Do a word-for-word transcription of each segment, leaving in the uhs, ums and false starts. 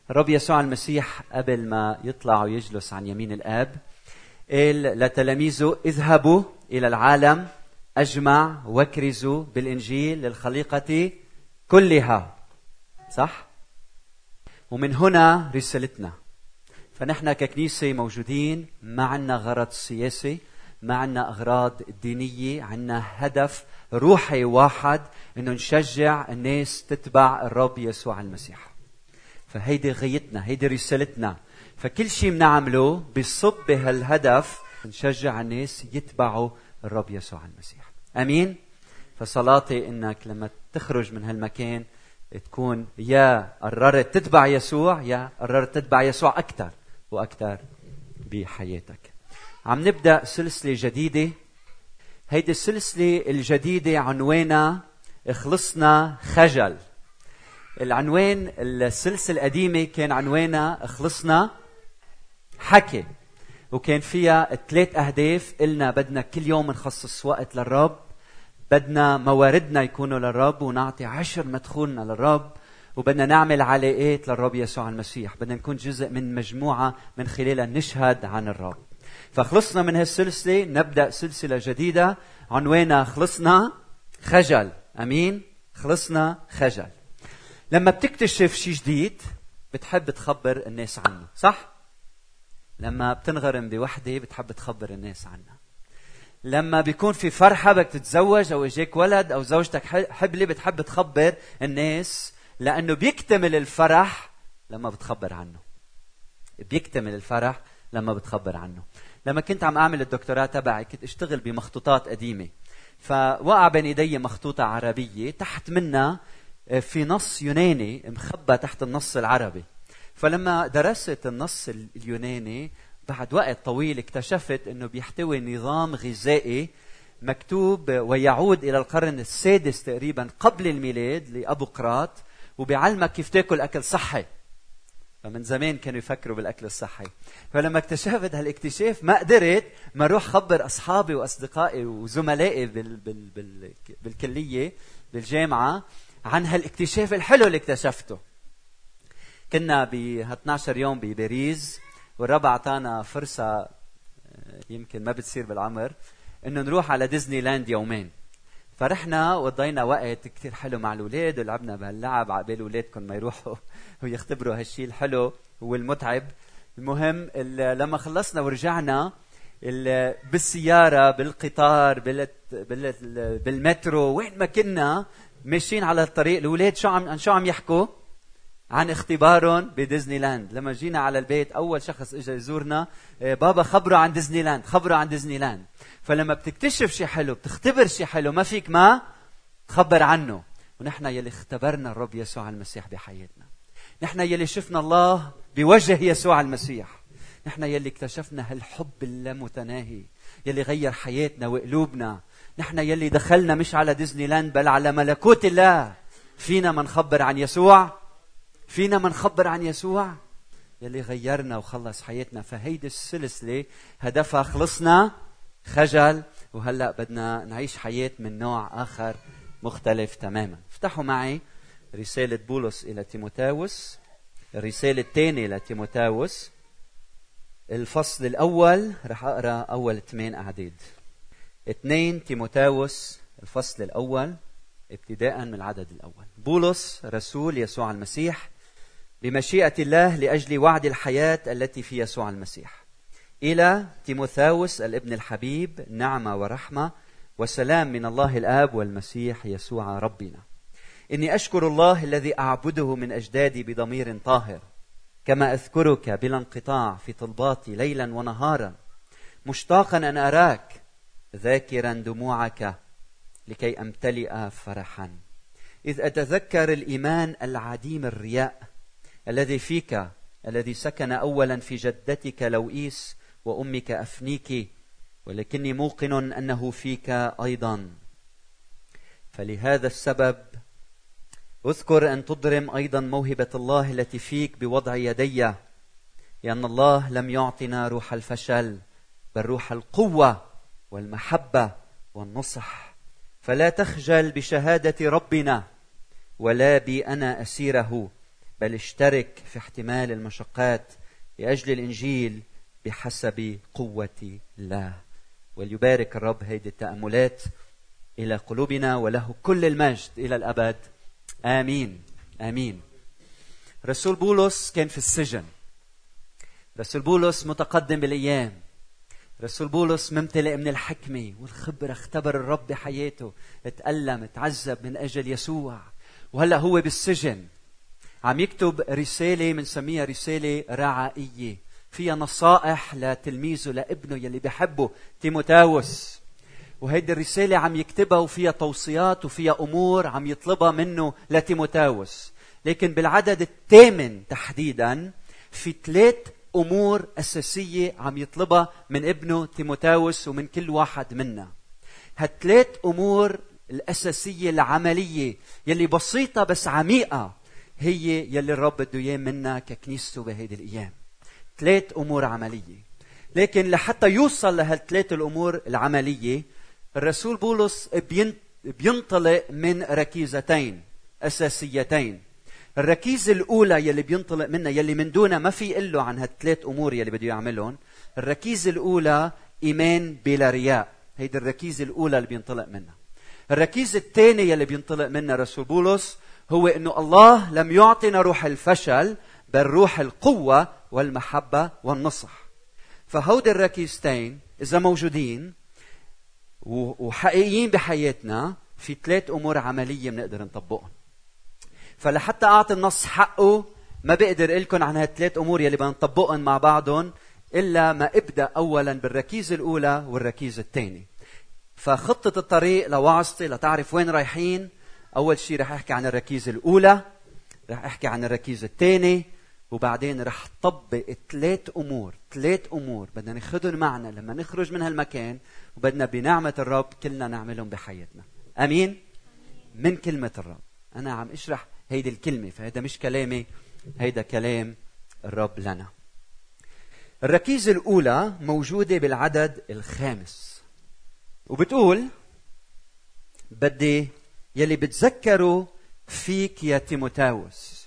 الرب يسوع المسيح قبل ما يطلع ويجلس عن يمين الآب قال لتلاميذه: اذهبوا إلى العالم أجمع واكرزوا بالإنجيل للخليقة كلها. صح؟ ومن هنا رسالتنا. فنحن ككنيسة موجودين، ما عنا غرض سياسي، ما عنا أغراض دينية، عنا هدف روحي واحد، إنه نشجع الناس تتبع الرب يسوع المسيح. فهيدي غايتنا، هيدي رسالتنا. فكل شيء بنعمله بيصب بهالهدف، نشجع الناس يتبعوا الرب يسوع المسيح. أمين؟ فصلاتي إنك لما تخرج من هالمكان تكون يا قررت تتبع يسوع، يا قررت تتبع يسوع أكثر وأكثر بحياتك. عم نبدأ سلسلة جديدة. هيدي السلسلة الجديدة عنوانها اخلصنا خجل. العنوان السلسلة القديمة كان عنوانها اخلصنا حكي، وكان فيها ثلاث أهداف. قلنا بدنا كل يوم نخصص وقت للرب، بدنا مواردنا يكونوا للرب ونعطي عشر مدخولنا للرب، وبدنا نعمل علاقات للرب يسوع المسيح. بدنا نكون جزء من مجموعة من خلالها نشهد عن الرب. فخلصنا من هالسلسلة، نبدأ سلسلة جديدة عنوانها خلصنا خجل. أمين؟ خلصنا خجل. لما بتكتشف شيء جديد بتحب تخبر الناس عنه، صح؟ لما بتنغرم بوحدة بتحب تخبر الناس عنها. لما بيكون في فرحة بدك تتزوج أو يجيك ولد أو زوجتك حبلة بتحب تخبر الناس، لأنه بيكتمل الفرح لما بتخبر عنه. بيكتمل الفرح لما بتخبر عنه. لما كنت عم أعمل الدكتوراه تبعي كنت أشتغل بمخطوطات قديمة، فوقع بين إيدي مخطوطة عربية تحت منها في نص يوناني مخبى تحت النص العربي. فلما درست النص اليوناني بعد وقت طويل اكتشفت أنه بيحتوي نظام غذائي مكتوب ويعود إلى القرن السادس تقريبا قبل الميلاد لأبو قراط، وبيعلمك كيف تأكل أكل صحي. فمن زمان كانوا يفكروا بالأكل الصحي. فلما اكتشفت هالاكتشاف ما قدرت ما روح خبر أصحابي وأصدقائي وزملائي بال بال بال بالكلية بالجامعة عن هالاكتشاف الحلو اللي اكتشفته. كنا ب اثني عشر يوم بباريس، والرب عطانا فرصة يمكن ما بتصير بالعمر إنه نروح على ديزني لاند يومين. فرحنا وضينا وقت كتير حلو مع الأولاد، ولعبنا بهاللعب عقبال أولادكم ما يروحوا ويختبروا هالشي الحلو والمتعب. المهم لما خلصنا ورجعنا بالسيارة بالقطار بالمترو وين ما كنا ماشيين على الطريق، الأولاد شو عم شو عم يحكوا عن اختبارهم بديزني لاند. لما جينا على البيت أول شخص إجا يزورنا: بابا خبروا عن ديزني لاند، خبروا عن ديزني لاند. فلما بتكتشف شيء حلو بتختبر شيء حلو ما فيك ما تخبر عنه. ونحن يلي اختبرنا الرب يسوع المسيح بحياتنا، نحن يلي شفنا الله بوجه يسوع المسيح، نحن يلي اكتشفنا هالحب اللامتناهي يلي غير حياتنا وقلوبنا، نحن يلي دخلنا مش على ديزني لاند بل على ملكوت الله. فينا من خبر عن يسوع، فينا من خبر عن يسوع يلي غيرنا وخلص حياتنا. فهيدي السلسلة هدفها خلصنا خجل، وهلأ بدنا نعيش حياة من نوع آخر مختلف تماما. افتحوا معي رسالة بولس إلى تيموثاوس، الرسالة الثانية لتيموثاوس، الفصل الأول. رح أقرأ أول ثمان أعداد. اثنين تيموثاوس الفصل الأول ابتداء من العدد الأول. بولس رسول يسوع المسيح بمشيئة الله لأجل وعد الحياة التي في يسوع المسيح، إلى تيموثاوس الابن الحبيب، نعمة ورحمة وسلام من الله الآب والمسيح يسوع ربنا. إني أشكر الله الذي أعبده من أجدادي بضمير طاهر، كما أذكرك بلا انقطاع في طلباتي ليلا ونهارا، مشتاقا أن أراك، ذاكرا دموعك لكي أمتلئ فرحا، إذ أتذكر الإيمان العديم الرياء الذي فيك، الذي سكن أولا في جدتك لوئيس وأمك أفنيك، ولكني موقن أنه فيك أيضا. فلهذا السبب أذكر أن تضرم أيضا موهبة الله التي فيك بوضع يدي، لأن الله لم يعطنا روح الفشل بل روح القوة والمحبة والنصح. فلا تخجل بشهادة ربنا ولا بي أنا أسيره، بل اشترك في احتمال المشقات لأجل الإنجيل بحسب قوة الله. وليبارك الرب هذه التأملات إلى قلوبنا، وله كل المجد إلى الأبد. آمين آمين. رسول بولس كان في السجن. رسول بولس متقدم بالأيام. رسول بولس ممتلئ من الحكمة والخبرة، اختبر الرب بحياته، اتألم اتعذب من أجل يسوع، وهلأ هو بالسجن عم يكتب رسالة منسميها رسالة رعائية، فيها نصائح لتلميذه لابنه يلي بيحبه تيموثاوس. وهيدي الرسالة عم يكتبها وفيها توصيات وفيها أمور عم يطلبها منه لتيموثاوس. لكن بالعدد الثامن تحديدا في ثلاث أمور أساسية عم يطلبها من ابنه تيموثاوس ومن كل واحد منا. هالثلاث أمور الأساسية العملية يلي بسيطة بس عميقة هي يلي الرب بده إياه منا ككنيسته بهيدي الأيام. ثلاث أمور عملية. لكن لحتى يوصل لهالثلاث الأمور العملية الرسول بولس بينطلق من ركيزتين أساسيتين. الركيزة الأولى يلي بينطلق منها يلي من دونها ما في يقله عن هالثلاث أمور يلي بده يعملهم. الركيزة الأولى إيمان بلا رياء، هيدي الركيزة الأولى اللي بينطلق منها. الركيزة الثانية يلي بينطلق منها رسول بولس هو إنه الله لم يعطينا روح الفشل بل روح القوة والمحبة والنصح. فهودي الركيزتين إذا موجودين وحقيقيين بحياتنا في ثلاث أمور عملية بنقدر نطبقهم. فلحتى أعطي النص حقه ما بقدر لكم عن هالثلاث أمور يلي بدنا نطبقهم مع بعضهم إلا ما ابدأ أولا بالركيزة الأولى والركيزة الثانية. فخطة الطريق لوعظتي لتعرف وين رايحين، أول شيء رح أحكي عن الركيزة الأولى، رح أحكي عن الركيزة الثانية، وبعدين رح طبق ثلاث أمور ثلاث أمور بدنا ناخذهم معنا لما نخرج من هالمكان، وبدنا بنعمة الرب كلنا نعملهم بحياتنا. أمين؟ من كلمة الرب. أنا عم أشرح هيدي الكلمة، فهذا مش كلامي، هيدا كلام الرب لنا. الركيزة الأولى موجودة بالعدد الخامس وبتقول: بدي يلي بتذكروا فيك يا تيموثاوس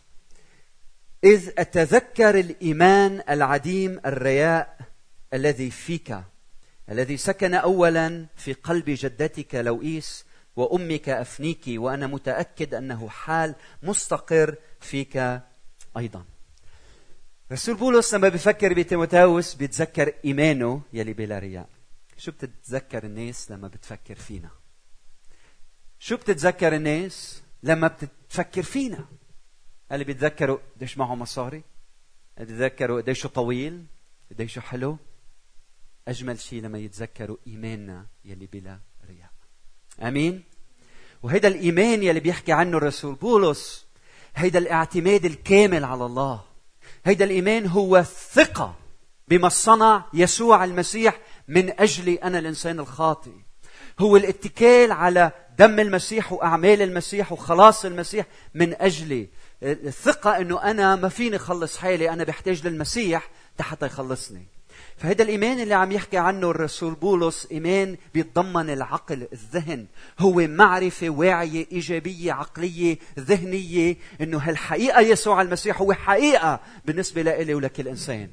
إذ أتذكر الإيمان العديم الرياء الذي فيك، الذي سكن أولا في قلب جدتك لوئيس وأمك أفنيكي، وأنا متأكد أنه حال مستقر فيك أيضا. رسول بولس لما بيفكر بتيموثاوس بيتذكر إيمانه يلي بلا رياء. شو بتتذكر الناس لما بتفكر فينا؟ شو بتتذكر الناس لما بتفكر فينا؟ اللي بيتذكروا قديش معه مصاري، اللي بيتذكروا قديش طويل، قديش حلو. أجمل شيء لما يتذكروا إيماننا يلي بلا رياء. أمين؟ وهيدا الإيمان يلي بيحكي عنه الرسول بولس، هيدا الاعتماد الكامل على الله. هيدا الإيمان هو الثقة بما صنع يسوع المسيح من أجلي أنا الإنسان الخاطئ. هو الاتكال على دم المسيح وأعمال المسيح وخلاص المسيح من أجلي. الثقة أنه أنا ما فيني خلص حالي، أنا بحتاج للمسيح حتى يخلصني. فهذا الإيمان اللي عم يحكي عنه الرسول بولس إيمان بيتضمن العقل، الذهن، هو معرفة واعية إيجابية عقلية ذهنية أنه هالحقيقة يسوع المسيح هو حقيقة بالنسبة لإلي ولكل إنسان.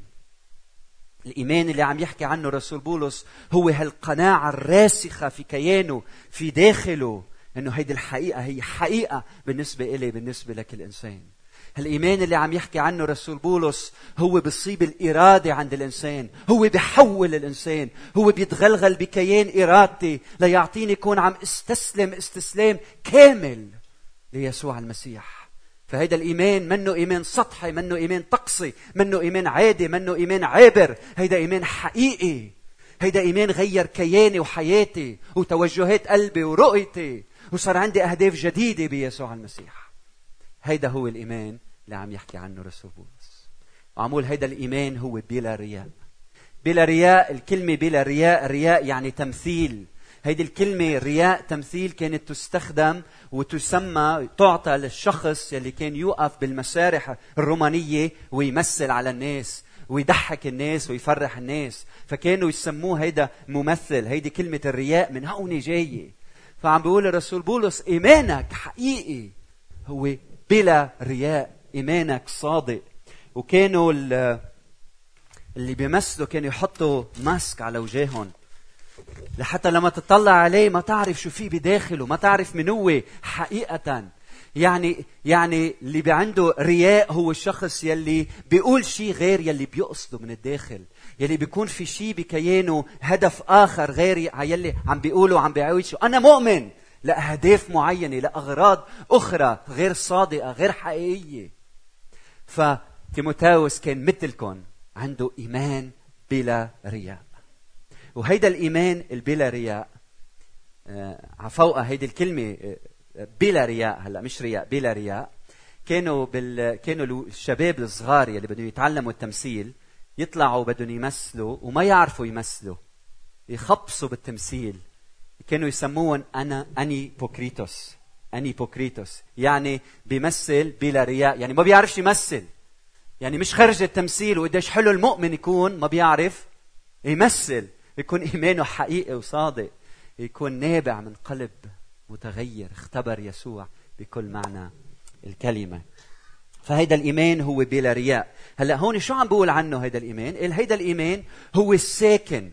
الإيمان اللي عم يحكي عنه الرسول بولس هو هالقناعة الراسخة في كيانه في داخله أنه هيدي الحقيقة هي حقيقة بالنسبة إلي بالنسبة لكل إنسان. الإيمان اللي عم يحكي عنه رسول بولس هو بيصيب الإرادة عند الإنسان، هو بيحول الإنسان، هو بيتغلغل بكيان إرادتي ليعطيني كون عم استسلم استسلام كامل ليسوع المسيح. فهذا الإيمان منه إيمان سطحي، منه إيمان طقسي، منه إيمان عادي، منه إيمان عابر. هيدا إيمان حقيقي. هيدا إيمان غير كياني وحياتي وتوجهات قلبي ورؤيتي، وصار عندي أهداف جديدة بيسوع المسيح. هيدا هو الإيمان اللي عم يحكي عنه رسول بولس. وعمول هيدا الإيمان هو بلا رياء. بلا رياء، الكلمة بلا رياء، رياء يعني تمثيل. هيدي الكلمة رياء تمثيل كانت تستخدم وتسمى تعطى للشخص يلي كان يوقف بالمسارح الرومانية ويمثل على الناس ويضحك الناس ويفرح الناس، فكانوا يسموه هيدا ممثل. هيدي كلمة الرياء من هون جاية. فعم بيقول الرسول بولس إيمانك حقيقي هو بلا رياء. إيمانك صادق. وكانوا اللي بيمثلوا كانوا يحطوا ماسك على وجههم لحتى لما تطلع عليه ما تعرف شو فيه بداخله، ما تعرف من هو حقيقة. يعني يعني اللي عنده رياء هو الشخص يلي بيقول شيء غير يلي بيقصده من الداخل، يلي بيكون في شيء بكيانه هدف آخر غير يلي عم بيقوله وعم بيعيشه. أنا مؤمن لأهداف معينة، لأغراض أخرى غير صادقة غير حقيقية. فتيموثاوس كان مثلكم، عنده إيمان بلا رياء. وهيدا الإيمان البلا رياء آه عفوقة هيدي الكلمة آه بلا رياء، هلا مش رياء، بلا رياء. كانوا بال كانوا الشباب الصغار اللي بدهم يتعلموا التمثيل يطلعوا بدهم يمثلوا وما يعرفوا يمثلوا، يخبصوا بالتمثيل. كانوا يسموهم انا اني بوكريتوس، اني بوكريتوس يعني بيمثل بلا رياء، يعني ما بيعرفش يمثل، يعني مش خرج التمثيل. وقديش حلو المؤمن يكون ما بيعرف يمثل، يكون ايمانه حقيقي وصادق، يكون نابع من قلب متغير اختبر يسوع بكل معنى الكلمة. فهيدا الإيمان هو بلا رياء. هلأ هون شو عم بقول عنه هيدا الإيمان؟ هيدا الإيمان هو الساكن،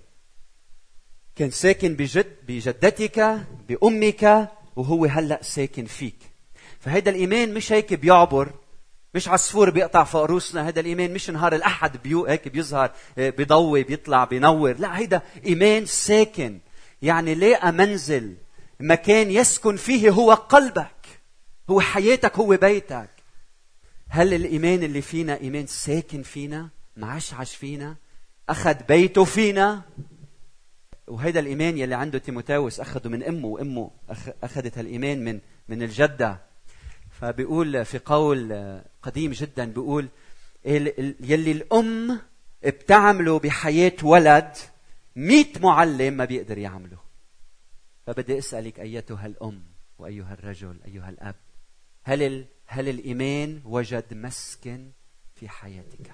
كان ساكن بجد بجدتك بأمك، وهو هلأ ساكن فيك. فهيدا الإيمان مش هيك بيعبر، مش عصفور بيقطع فوق روسنا. هيدا الإيمان مش نهار الأحد بيو هيك بيظهر بيضوي بيطلع بينور، لا، هيدا إيمان ساكن، يعني لاقى منزل، مكان يسكن فيه هو قلبك، هو حياتك، هو بيتك. هل الإيمان اللي فينا إيمان ساكن فينا، معشعش فينا، أخذ بيته فينا؟ وهيدا الإيمان يلي عنده تيموثاوس أخذه من أمه، وأمه أخذت هالإيمان من من الجدة. فبيقول في قول قديم جدا، بيقول يلي الأم بتعمله بحياة ولد مئة معلم ما بيقدر يعمله. فبدي أسألك أيتها الأم وأيها الرجل أيها الأب، هل ال... هل الإيمان وجد مسكن في حياتك؟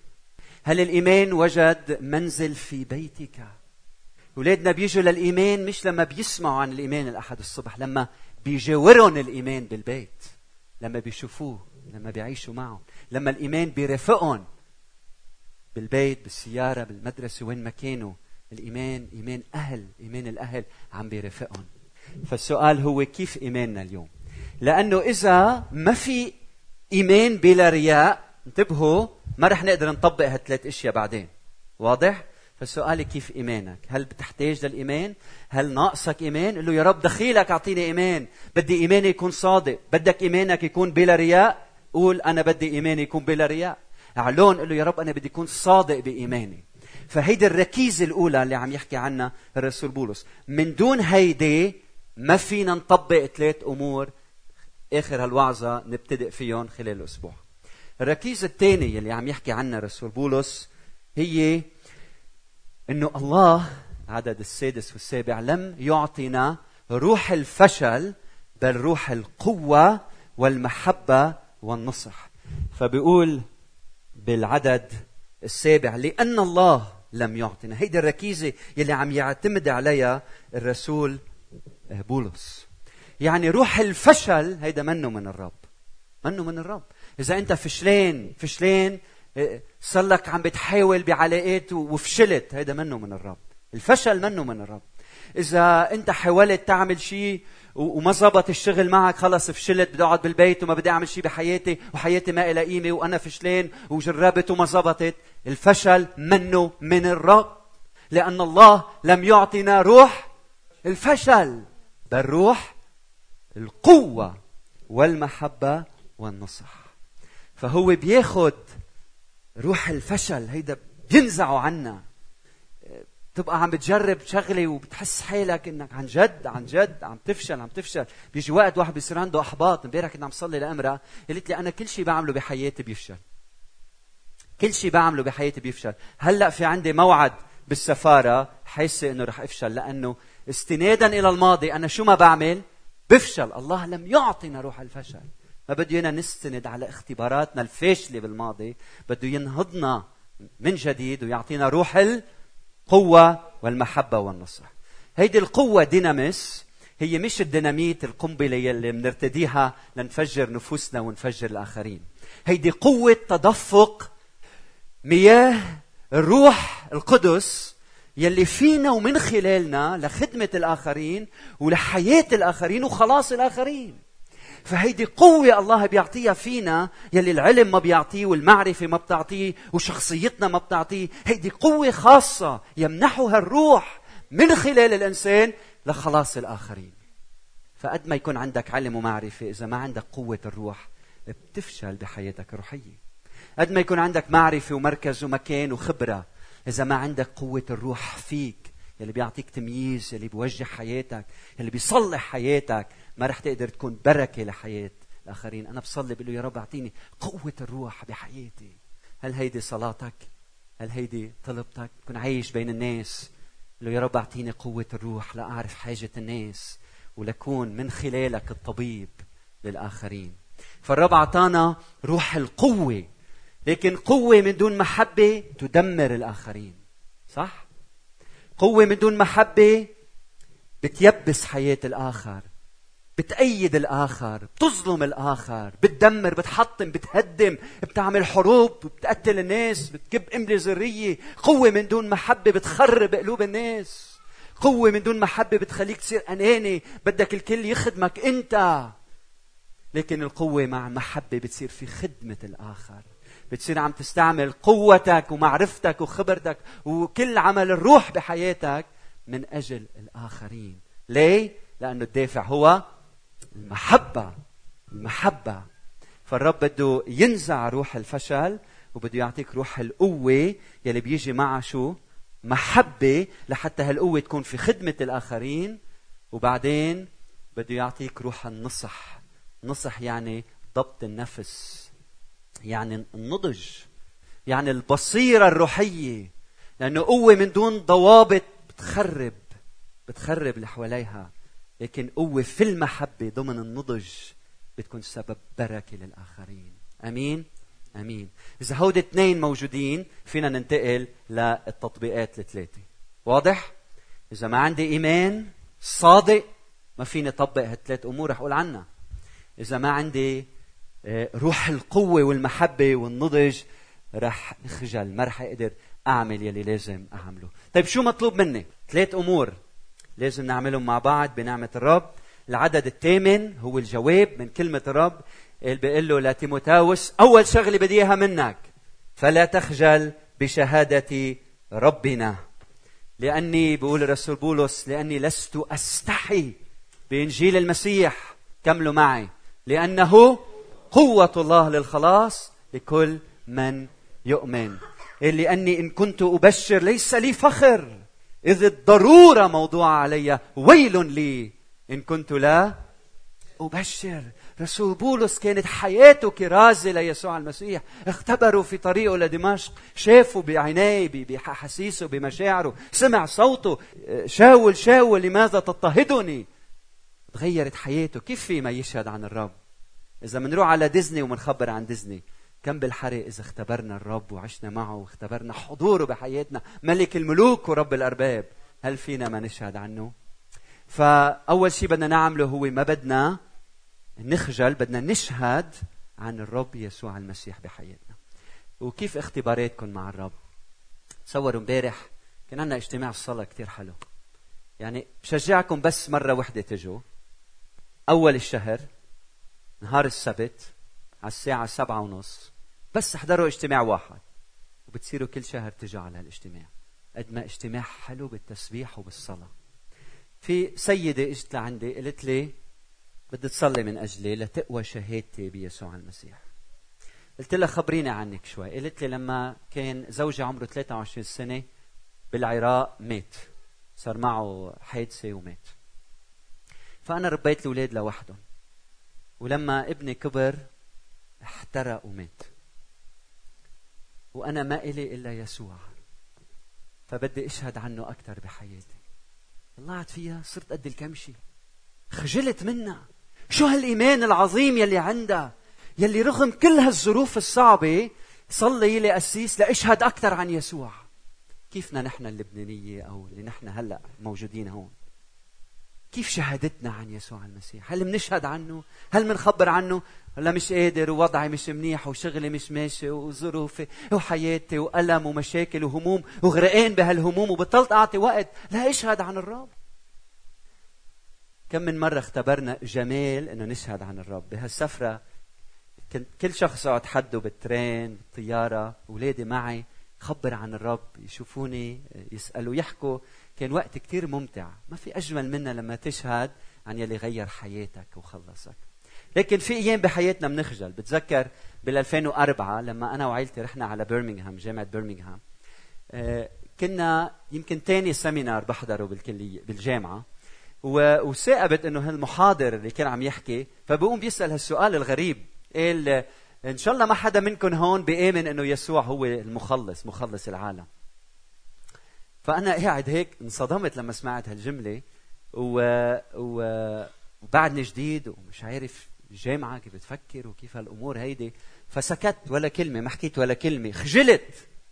هل الإيمان وجد منزل في بيتك؟ أولادنا بيجوا للإيمان مش لما بيسمعوا عن الإيمان الأحد الصبح، لما بيجاورون الإيمان بالبيت، لما بيشوفوه، لما بيعيشوا معه، لما الإيمان بيرافقهم بالبيت، بالسيارة، بالمدرسة، وين ما كانوا. الإيمان إيمان أهل، إيمان الأهل عم بيرافقهم. فالسؤال هو كيف إيماننا اليوم؟ لأنه إذا ما في إيمان بلا رياء، انتبهوا، ما رح نقدر نطبق هالثلاث أشياء بعدين. واضح؟ فالسؤال كيف إيمانك؟ هل بتحتاج للإيمان؟ هل ناقصك إيمان؟ قل له يا رب دخيلك أعطيني إيمان، بدي إيماني يكون صادق. بدك إيمانك يكون بلا رياء؟ قول أنا بدي إيماني يكون بلا رياء. اعلن قل له يا رب أنا بدي أكون صادق بإيماني. فهيدي الركيزة الأولى اللي عم يحكي عنها الرسول بولس. من دون هيدي ما فينا نطبق ثلاث أمور آخر هالوعظة نبتدئ فيهم خلال الأسبوع. الركيزة الثانية اللي عم يحكي عنها الرسول بولس هي إنه الله، عدد السادس والسابع، لم يعطينا روح الفشل بل روح القوة والمحبة والنصح. فبيقول بالعدد السابع لأن الله لم يعطينا. هيدي الركيزة يلي عم يعتمد عليها الرسول بولس. يعني روح الفشل هيدا منه من الرب، منه من الرب. إذا أنت فشلين فشلين صار لك عم بتحاول بعلاقات وفشلت، هيدا منه من الرب. الفشل منه من الرب. إذا أنت حاولت تعمل شيء وما زبط الشغل معك، خلص فشلت، بدي أقعد بالبيت وما بدي أعمل شيء بحياتي وحياتي ما إلها قيمة وأنا فشلين وجربت وما زبطت، الفشل منه من الرب. لأن الله لم يعطينا روح الفشل بل روح القوة والمحبة والنصح. فهو بياخد روح الفشل هيدا بينزعه عنا. تبقى عم بتجرب شغلة وبتحس حالك انك عن جد عن جد عم تفشل عم تفشل. بيجي وقت واحد بيصير عنده احباط. امبارح كنا عم صلي لامرأة قالت لي انا كل شيء بعمله بحياتي بيفشل، كل شيء بعمله بحياتي بيفشل. هلا في عندي موعد بالسفارة، حاسة انه رح افشل لانه استنادا الى الماضي انا شو ما بعمل بفشل. الله لم يعطينا روح الفشل، ما بده ينا نستند على اختباراتنا الفاشلة بالماضي، بده ينهضنا من جديد ويعطينا روح القوة والمحبة والنصح. هيدي القوة ديناميس هي مش الديناميت القنبلة يلي بنرتديها لنفجر نفوسنا ونفجر الآخرين. هيدي قوة تدفق مياه الروح القدس يلي فينا ومن خلالنا لخدمة الآخرين ولحياة الآخرين وخلاص الآخرين. فهيدي قوة الله بيعطيها فينا يلي العلم ما بيعطيه والمعرفة ما بتعطيه وشخصيتنا ما بتعطيه. هيدي قوة خاصة يمنحها الروح من خلال الإنسان لخلاص الآخرين. فقد ما يكون عندك علم ومعرفة، إذا ما عندك قوة الروح بتفشل بحياتك الروحية. قد ما يكون عندك معرفة ومركز ومكان وخبرة، إذا ما عندك قوة الروح فيك يلي بيعطيك تمييز، يلي بيوجه حياتك، يلي بيصلح حياتك، ما رح تقدر تكون بركة لحياة الآخرين. أنا بصلي بقول له يا رب أعطيني قوة الروح بحياتي. هل هيدي صلاتك؟ هل هيدي طلبتك؟ كن عايش بين الناس قل له يا رب أعطيني قوة الروح لأعرف حاجة الناس ولكون من خلالك الطبيب للآخرين. فالرب أعطانا روح القوة، لكن قوة من دون محبة تدمر الآخرين. صح؟ قوة من دون محبة بتيبس حياة الآخر، بتأيد الآخر، بتظلم الآخر، بتدمر، بتحطم، بتهدم، بتعمل حروب، بتقتل الناس، بتكب قنبلة ذرية. قوة من دون محبة بتخرب قلوب الناس. قوة من دون محبة بتخليك تصير أناني، بدك الكل يخدمك أنت. لكن القوة مع محبة بتصير في خدمة الآخر، بتصير عم تستعمل قوتك ومعرفتك وخبرتك وكل عمل الروح بحياتك من أجل الآخرين. ليه؟ لأنه الدافع هو المحبة. المحبة. فالرب بده ينزع روح الفشل وبده يعطيك روح القوة يلي بيجي معها شو؟ محبة، لحتى هالقوة تكون في خدمة الآخرين. وبعدين بده يعطيك روح النصح. نصح يعني ضبط النفس، يعني النضج، يعني البصيرة الروحية. لأنه قوة من دون ضوابط بتخرب بتخرب اللي حواليها، لكن قوة في المحبة ضمن النضج بتكون سبب بركة للآخرين. أمين؟ أمين. إذا هودي اثنين موجودين فينا ننتقل للتطبيقات الثلاثة. واضح؟ إذا ما عندي إيمان صادق ما فيني طبق هالثلاث أمور رح أقول عنها. إذا ما عندي روح القوة والمحبة والنضج رح نخجل، ما رح أقدر أعمل يلي لازم أعمله. طيب شو مطلوب مني؟ ثلاث أمور لازم نعملهم مع بعض بنعمة الرب. العدد الثامن هو الجواب من كلمة الرب اللي بيقول له لتيموثاوس أول شغلة بدي إياها منك فلا تخجل بشهادة ربنا، لأني بيقول الرسول بولس لأني لست أستحي بإنجيل المسيح. كملوا معي. لأنه قوة الله للخلاص لكل من يؤمن. لأني إن كنت أبشر ليس لي فخر، إذ الضرورة موضوعة علي، ويل لي إن كنت لا أبشر. رسول بولس كانت حياته كرازة ليسوع المسيح. اختبروا في طريقه لدمشق، شافوا بعينيه بحسيسه بمشاعره، سمع صوته شاول شاول لماذا تضطهدني. تغيرت حياته. كيف في ما يشهد عن الرب؟ إذا منروح على ديزني ومنخبر عن ديزني، كم بالحرق إذا اختبرنا الرب وعشنا معه واختبرنا حضوره بحياتنا، ملك الملوك ورب الأرباب، هل فينا ما نشهد عنه؟ فأول شيء بدنا نعمله هو ما بدنا نخجل، بدنا نشهد عن الرب يسوع المسيح بحياتنا. وكيف اختباراتكم مع الرب؟ تصوروا امبارح كان عندنا اجتماع الصلاة كتير حلو. يعني بشجعكم بس مرة وحدة تجوا أول الشهر نهار السبت على الساعة سبعة ونص، بس احضروا اجتماع واحد وبتصيروا كل شهر تجوا على الاجتماع. قد ما اجتماع حلو بالتسبيح وبالصلاة. في سيدة اجت لعندي قالت لي بدي تصلي من أجلي لتقوى شهادتي بيسوع المسيح. قلت لها خبريني عنك شوي. قالت لي لما كان زوجي عمره ثلاثة وعشرين سنة بالعراق مات، صار معه حادثة ومات. فأنا ربيت الأولاد لوحدهم، ولما ابني كبر احترق ومات، وأنا ما إلي إلا يسوع، فبدي أشهد عنه أكثر بحياتي. طلعت فيها صرت قد الكمشي، خجلت منها. شو هالإيمان العظيم يلي عندها، يلي رغم كل هالظروف الصعبة صلي لي أسيس لأشهد أكثر عن يسوع. كيفنا نحن اللبنانية أو اللي نحن هلأ موجودين هون؟ كيف شهادتنا عن يسوع المسيح؟ هل منشهد عنه؟ هل منخبر عنه؟ ولا مش قادر ووضعي مش منيح وشغلي مش ماشي وظروفي وحياتي وألم ومشاكل وهموم وغرقان بهالهموم وبطلت أعطي وقت لا أشهد عن الرب؟ كم من مرة اختبرنا جمال إنه نشهد عن الرب. بهالسفرة كنت كل شخص قعد حده بالترين بالطيارة، أولادي معي، خبر عن الرب، يشوفوني يسألوا يحكوا. كان وقت كتير ممتع. ما في أجمل منه لما تشهد عن يلي غير حياتك وخلصك. لكن في أيام بحياتنا منخجل. بتذكر بالألفين وأربعة لما أنا وعائلتي رحنا على برمنغهام، جامعة برمنغهام، آه كنا يمكن تاني سيمينار بحضره بالكلية بالجامعة، وثاقبت إنه هالمحاضر اللي كان عم يحكي فبقوم بيسأل هالسؤال الغريب، قال إن شاء الله ما حدا منكم هون بيآمن إنه يسوع هو المخلص، مخلص العالم. فأنا قاعد هيك انصدمت لما سمعت هالجملة، و... و... وبعدني جديد ومش عارف الجامعة كيف بتفكر وكيف هالأمور هيدي، فسكت ولا كلمة، ما حكيت ولا كلمة، خجلت.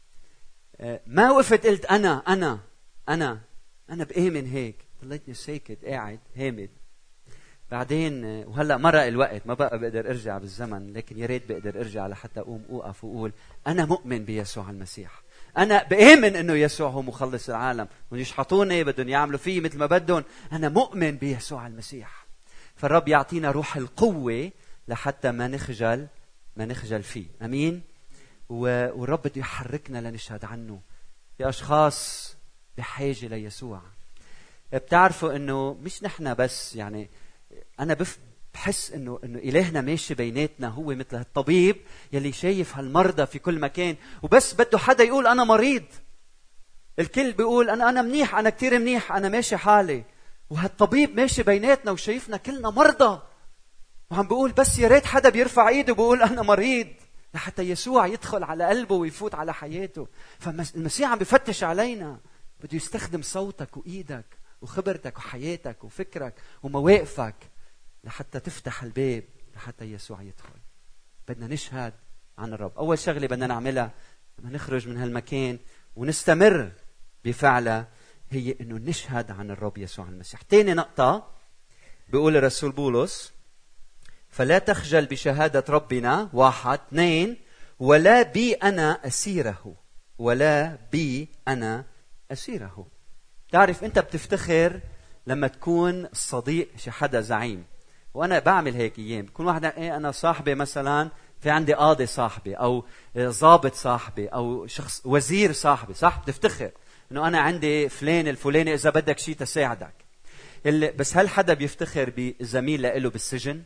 ما وقفت قلت أنا أنا أنا أنا بآمن هيك، ضليتني ساكت قاعد هامد. بعدين وهلا مرق الوقت، ما بقى بقدر ارجع بالزمن، لكن يا ريت بقدر ارجع لحتى اقوم اوقف واقول انا مؤمن بيسوع المسيح، انا بآمن انه يسوع هو مخلص العالم، ويشحطوني بدهم يعملوا فيه مثل ما بدهم، انا مؤمن بيسوع المسيح. فالرب يعطينا روح القوه لحتى ما نخجل ما نخجل فيه. امين. والرب بده يحركنا لنشهد عنه. في اشخاص بحاجه ليسوع. بتعرفوا انه مش نحن بس، يعني أنا بحس إنه إنه إلهنا ماشي بيناتنا، هو مثل الطبيب يلي شايف هالمرضى في كل مكان، وبس بده حدا يقول أنا مريض. الكل بيقول أنا أنا منيح، أنا كتير منيح، أنا ماشي حالي. وهالطبيب ماشي بيناتنا وشايفنا كلنا مرضى، وعم بيقول بس يا ريت حدا بيرفع إيده بيقول أنا مريض، لحتى يسوع يدخل على قلبه ويفوت على حياته. فالمسيح عم بيفتش علينا، بده يستخدم صوتك وإيدك وخبرتك وحياتك وفكرك ومواقفك لحتى تفتح الباب لحتى يسوع يدخل. بدنا نشهد عن الرب. أول شغلة بدنا نعملها لما نخرج من هالمكان ونستمر بفعلها هي إنه نشهد عن الرب يسوع المسيح. تاني نقطة بيقول الرسول بولس فلا تخجل بشهادة ربنا، واحد. اثنين، ولا بي أنا أسيره، ولا بي أنا أسيره. تعرف أنت بتفتخر لما تكون صديق شي حدا زعيم، وأنا بعمل هيك أيام. بكون واحد إيه أنا صاحبي مثلا، في عندي قاضي صاحبي أو ضابط صاحبي أو شخص وزير صاحبي، صح؟ بتفتخر إنه أنا عندي فلان الفلاني إذا بدك شيء تساعدك. بس هل حدا بيفتخر بزميل له بالسجن؟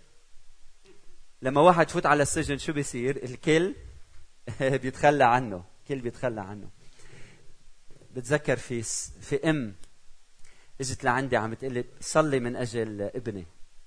لما واحد فوت على السجن شو بيصير؟ الكل بيتخلى عنه، الكل بيتخلى عنه. بتذكر في في ام اجت لعندي عم تقول لي صلي من اجل ابني.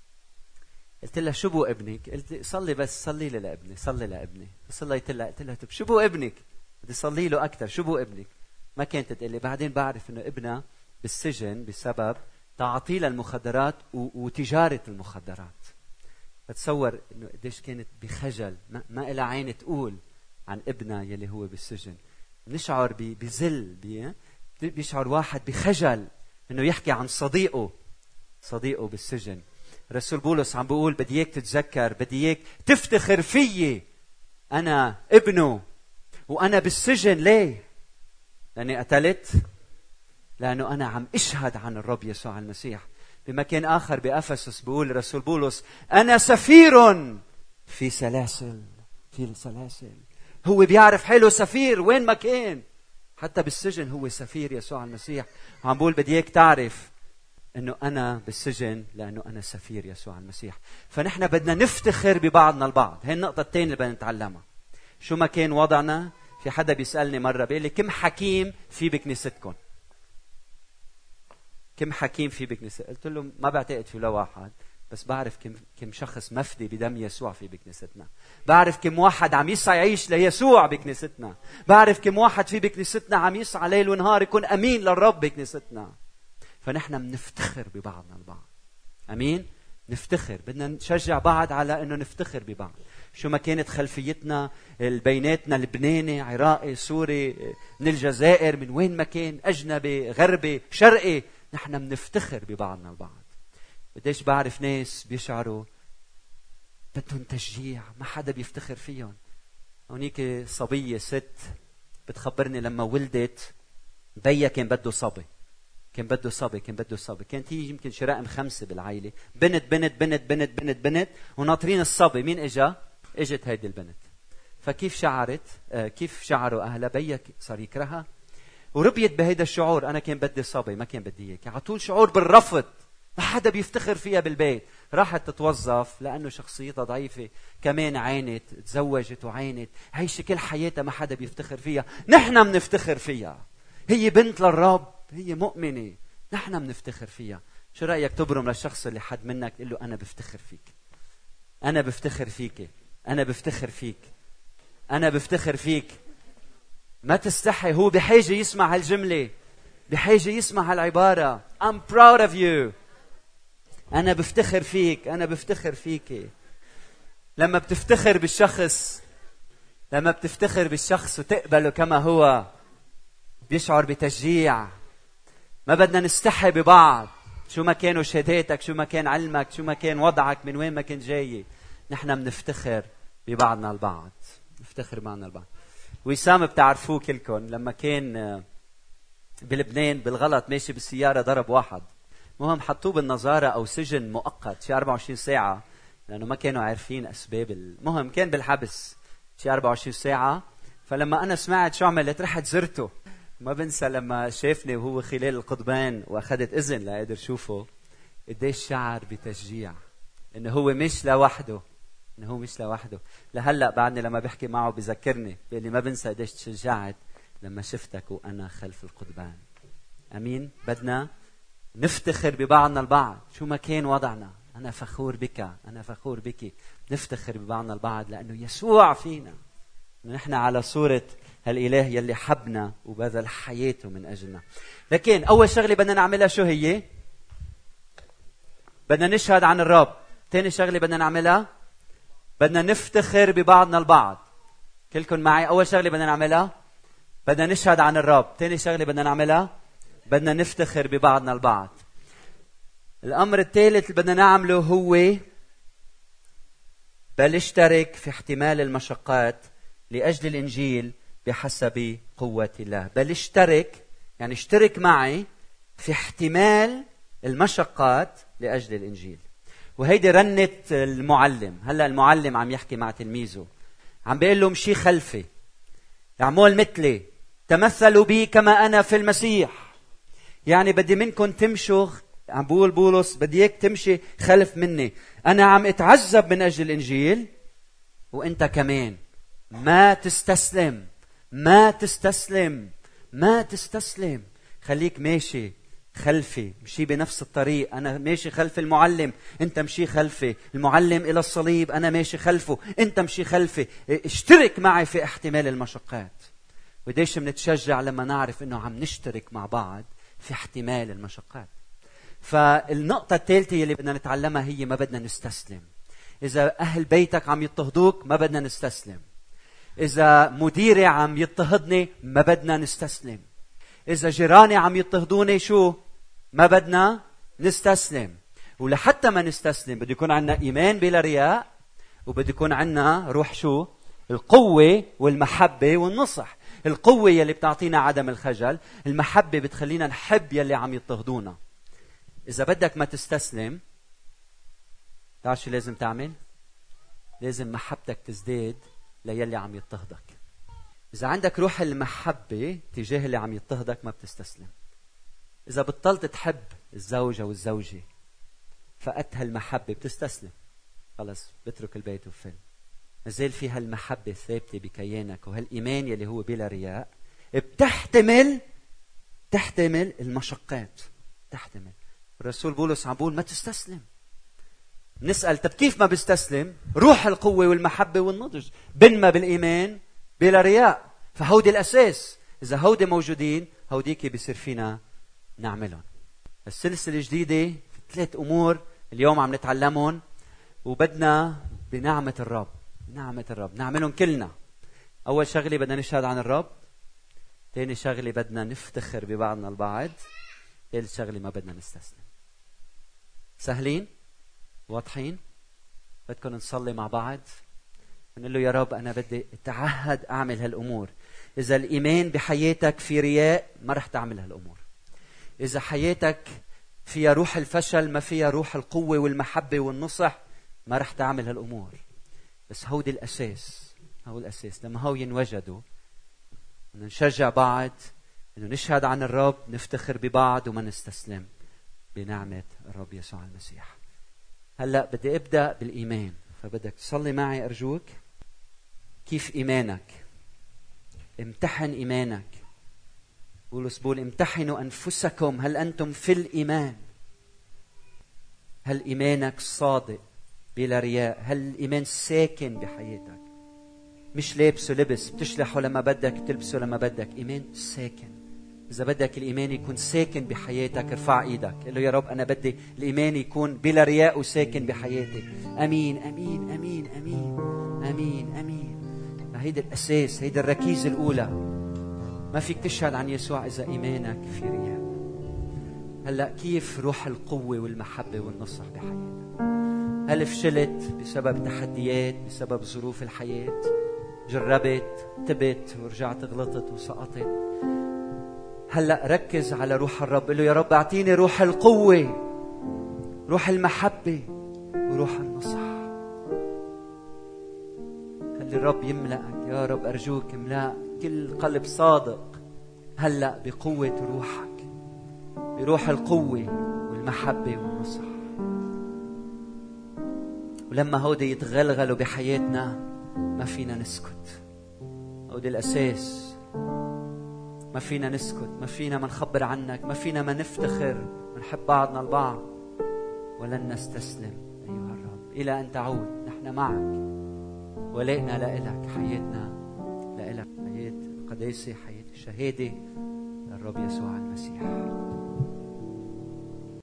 قلت لها شو بو ابنك؟ قلت صلي بس، صلي لي لابني، صلي لابني. صليت لها قلت لها طب شو بو ابنك؟ بدي صلي له اكثر، شو بو ابنك؟ ما كانت تقول لي. بعدين بعرف انه ابنها بالسجن بسبب تعاطيل المخدرات وتجاره المخدرات. بتصور انه قديش كانت بخجل، ما, ما لها عين تقول عن ابنها يلي هو بالسجن. نشعر بذل، بيشعر واحد بخجل انه يحكي عن صديقه صديقه بالسجن. رسول بولس عم بيقول بدي اياك تتذكر، بدي اياك تفتخر فيي انا ابنه وانا بالسجن. ليه؟ لاني قتلت، لانه انا عم اشهد عن الرب يسوع المسيح. بمكان آخر بأفسس بيقول رسول بولس أنا سفير في سلاسل، في سلاسل. هو بيعرف حاله سفير وين ما كان، حتى بالسجن هو سفير يسوع المسيح. وعم بقول بدي اياك تعرف انه انا بالسجن لانه انا سفير يسوع المسيح. فنحن بدنا نفتخر ببعضنا البعض. هي النقطة الثانية اللي بدنا نتعلمها. شو ما كان وضعنا. في حدا بيسألني مرة بيقول لي كم حكيم في بكنيستكم؟ كم حكيم في بكنيستكم؟ قلت له ما بعتقد في ولا واحد، بس بعرف كم كم شخص مفدي بدم يسوع في بكنيستنا. بعرف كم واحد عم يسعى يعيش ليسوع بكنيستنا. بعرف كم واحد في بكنيستنا عم يسعى ليل ونهار يكون أمين للرب بكنيستنا. فنحن بنفتخر ببعضنا البعض. أمين؟ نفتخر. بدنا نشجع بعض على أنه نفتخر ببعض. شو ما كانت خلفيتنا البيناتنا، لبناني، عراقي، سوري، من الجزائر، من وين ما كان، أجنبي، غربي، شرقي، نحن بنفتخر ببعضنا البعض. قديش بعرف ناس بيشعروا بدهم تشجيع، ما حدا بيفتخر فيهم. هونيك صبية ست بتخبرني لما ولدت بيا كان بده صبي، كان بده صبي كان بده صبي كانت هي يمكن شي رقم خمسة بالعائلة، بنت بنت بنت بنت بنت بنت وناطرين الصبي. مين اجا؟ اجت هيدي البنت. فكيف شعرت؟ آه كيف شعروا اهلها؟ بيا صار يكرهها وربيت بهيدا الشعور. انا كان بدي صبي، ما كان بدي اياك. على طول شعور بالرفض، ما حدا بيفتخر فيها بالبيت. راحت تتوظف لانه شخصيتها ضعيفه، كمان عانت، تزوجت وعانت، عايشه كل حياتها ما حدا بيفتخر فيها. نحن بنفتخر فيها، هي بنت للرب، هي مؤمنه، نحن بنفتخر فيها. شو رايك تبرم للشخص اللي حد منك تقول له انا بفتخر فيك، انا بفتخر فيك، انا بفتخر فيك، انا بفتخر فيك. ما تستحي، هو بحاجه يسمع هالجمله، بحاجه يسمع هالعباره I'm proud of you. أنا بفتخر فيك، أنا بفتخر فيك. لما بتفتخر بالشخص، لما بتفتخر بالشخص وتقبله كما هو، بيشعر بتشجيع. ما بدنا نستحي ببعض، شو ما كانوا شهاداتك، شو ما كان علمك، شو ما كان وضعك، من وين ما كنت جاي، نحن بنفتخر ببعضنا البعض، نفتخر بعضنا البعض. وسام بتعرفوه كلكم، لما كان بلبنان بالغلط ماشي بالسيارة ضرب واحد، مهم حطوه بالنظارة أو سجن مؤقت شي أربعة وعشرين ساعة، لأنه ما كانوا عارفين أسباب. المهم كان بالحبس شي أربعة وعشرين ساعة. فلما أنا سمعت شو عملت، رحت زرته. ما بنسى لما شافني وهو خلال القضبان وأخذت إذن لأقدر شوفه، قديش شعر بتشجيع إنه هو مش لوحده، إنه هو مش لوحده. لهلأ بعدني لما بحكي معه بذكرني، بيقول لي ما بنسى قديش تشجعت لما شفتك وأنا خلف القضبان. أمين. بدنا نفتخر ببعضنا البعض شو ما كان وضعنا. أنا فخور بك، أنا فخور بك. نفتخر ببعضنا البعض لأنه يسوع فينا، نحن على صورة هالإله يلي حبنا وبذل حياته من أجلنا. لكن أول شغلة بدنا نعملها شو هي؟ بدنا نشهد عن الرب. تاني شغلة بدنا نعملها بدنا نفتخر ببعضنا البعض. كلكم معي؟ أول شغلة بدنا نعملها بدنا نشهد عن الرب. تاني شغلة بدنا نعملها بدنا نفتخر ببعضنا البعض. الأمر الثالث اللي بدنا نعمله هو بل اشترك في احتمال المشقات لأجل الإنجيل بحسب قوة الله. بل اشترك يعني اشترك معي في احتمال المشقات لأجل الإنجيل. وهيدي رنة المعلم. هلأ المعلم عم يحكي مع تلميذه، عم بيقول له مشي خلفي، اعمل مثلي، تمثلوا بي كما أنا في المسيح. يعني بدي منكم تمشوا، عم بقول بولس بدي اياك تمشي خلف مني. أنا عم اتعذب من أجل الإنجيل وأنت كمان. ما تستسلم، ما تستسلم، ما تستسلم. خليك ماشي خلفي، مشي بنفس الطريق. أنا ماشي خلف المعلم، أنت مشي خلفي. المعلم إلى الصليب، أنا ماشي خلفه، أنت مشي خلفي. اشترك معي في احتمال المشقات. وديش منتشجع لما نعرف أنه عم نشترك مع بعض في احتمال المشقات. فالنقطة الثالثة اللي بدنا نتعلمها هي ما بدنا نستسلم. إذا أهل بيتك عم يضطهدوك ما بدنا نستسلم. إذا مديري عم يضطهدني ما بدنا نستسلم. إذا جيراني عم يضطهدوني شو؟ ما بدنا نستسلم. ولحتى ما نستسلم بده يكون عنا إيمان بلا رياء، وبده يكون عنا روح شو؟ القوة والمحبة والنصح. القوة يلي بتعطينا عدم الخجل، المحبة بتخلينا نحب يلي عم يضطهدونا. إذا بدك ما تستسلم، تعرف شو لازم تعمل؟ لازم محبتك تزداد ليلي عم يضطهدك. إذا عندك روح المحبة تجاه اللي عم يضطهدك ما بتستسلم. إذا بطلت تحب الزوجة والزوجة فقدت هالمحبة بتستسلم، خلص بترك البيت وفل. نزل في هالمحبة الثابتة بكيانك وهالإيمان يلي هو بلا رياء، بتحتمل تحتمل المشقات. تحتمل. الرسول بولس عم بقول ما تستسلم. نسأل طب كيف ما بستسلم؟ روح القوة والمحبة والنضج، بنما بالإيمان بلا رياء. فهودي الأساس. إذا هودي موجودين هوديك بيصير فينا نعملهم. السلسلة الجديدة في ثلاث أمور اليوم عم نتعلمهم، وبدنا بنعمة الرب نعمة الرب نعملهم كلنا. أول شغلة بدنا نشهد عن الرب. ثاني شغلة بدنا نفتخر ببعضنا البعض. ثالث شغلة ما بدنا نستسلم. سهلين؟ واضحين؟ بدكم نصلي مع بعض ونقول له يا رب أنا بدي أتعهد أعمل هالأمور. إذا الإيمان بحياتك في رياء ما رح تعمل هالأمور. إذا حياتك فيها روح الفشل ما فيها روح القوة والمحبة والنصح ما رح تعمل هالأمور. بس هودي الأساس، هو الأساس. لما هو ينوجدوا نشجع بعض إنه نشهد عن الرب، نفتخر ببعض وما نستسلم بنعمة الرب يسوع المسيح. هلأ بدي أبدأ بالإيمان، فبدك تصلي معي أرجوك. كيف إيمانك؟ امتحن إيمانك. بولس بيقول امتحنوا أنفسكم هل أنتم في الإيمان. هل إيمانك صادق بلا رياء؟ هل الإيمان ساكن بحياتك؟ مش لابسه لبس بتشلحه لما بدك تلبسه لما بدك. إيمان ساكن. إذا بدك الإيمان يكون ساكن بحياتك ارفع إيدك قل له يا رب أنا بدي الإيمان يكون بلا رياء وساكن بحياتي. أمين أمين أمين أمين أمين أمين. هيدا الأساس، هيدا الركيزة الأولى. ما فيك تشهد عن يسوع إذا إيمانك في رياء. هلأ كيف روح القوة والمحبة والنصح بحياتك؟ هل فشلت بسبب تحديات، بسبب ظروف الحياة؟ جربت تبت ورجعت غلطت وسقطت؟ هلأ ركز على روح الرب. قل له يا رب اعطيني روح القوة، روح المحبة وروح النصح. خلي الرب يملأك. يا رب أرجوك املأ كل قلب صادق هلأ بقوة روحك، بروح القوة والمحبة والنصح. ولما هودي يتغلغلوا بحياتنا ما فينا نسكت. هودي الأساس. ما فينا نسكت، ما فينا ما نخبر عنك، ما فينا ما نفتخر ونحب بعضنا البعض. ولن نستسلم أيها الرب إلى أن تعود. نحن معك، ولائنا لإلك، حياتنا لإلك، حياة القداسة، حياة الشهادة للرب يسوع المسيح.